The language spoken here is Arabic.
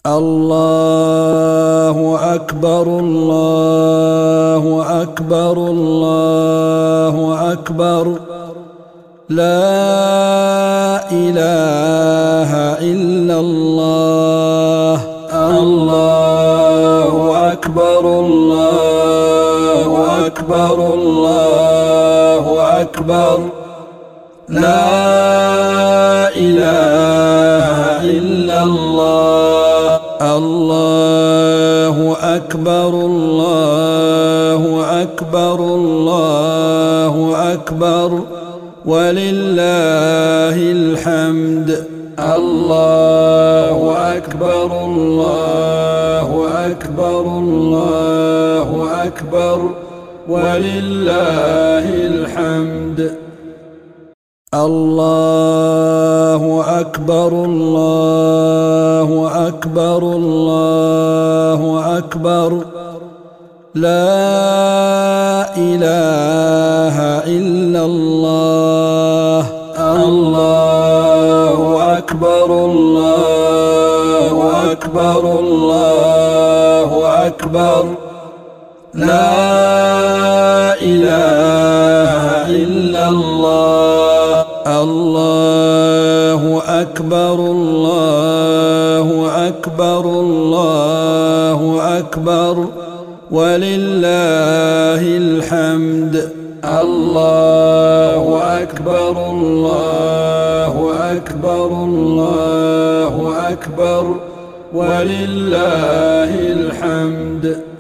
الله أكبر الله أكبر الله أكبر لا إله إلا الله. الله أكبر الله أكبر الله أكبر لا إله إلا الله. الله أكبر الله أكبر الله أكبر ولله الحمد. الله أكبر الله أكبر الله أكبر ولله الحمد. الله أكبر الله أكبر الله أكبر لا إله إلا الله. الله أكبر الله أكبر الله أكبر لا إله إلا الله. الله أكبر الله أكبر الله أكبر ولله الحمد. الله أكبر الله أكبر الله أكبر ولله الحمد.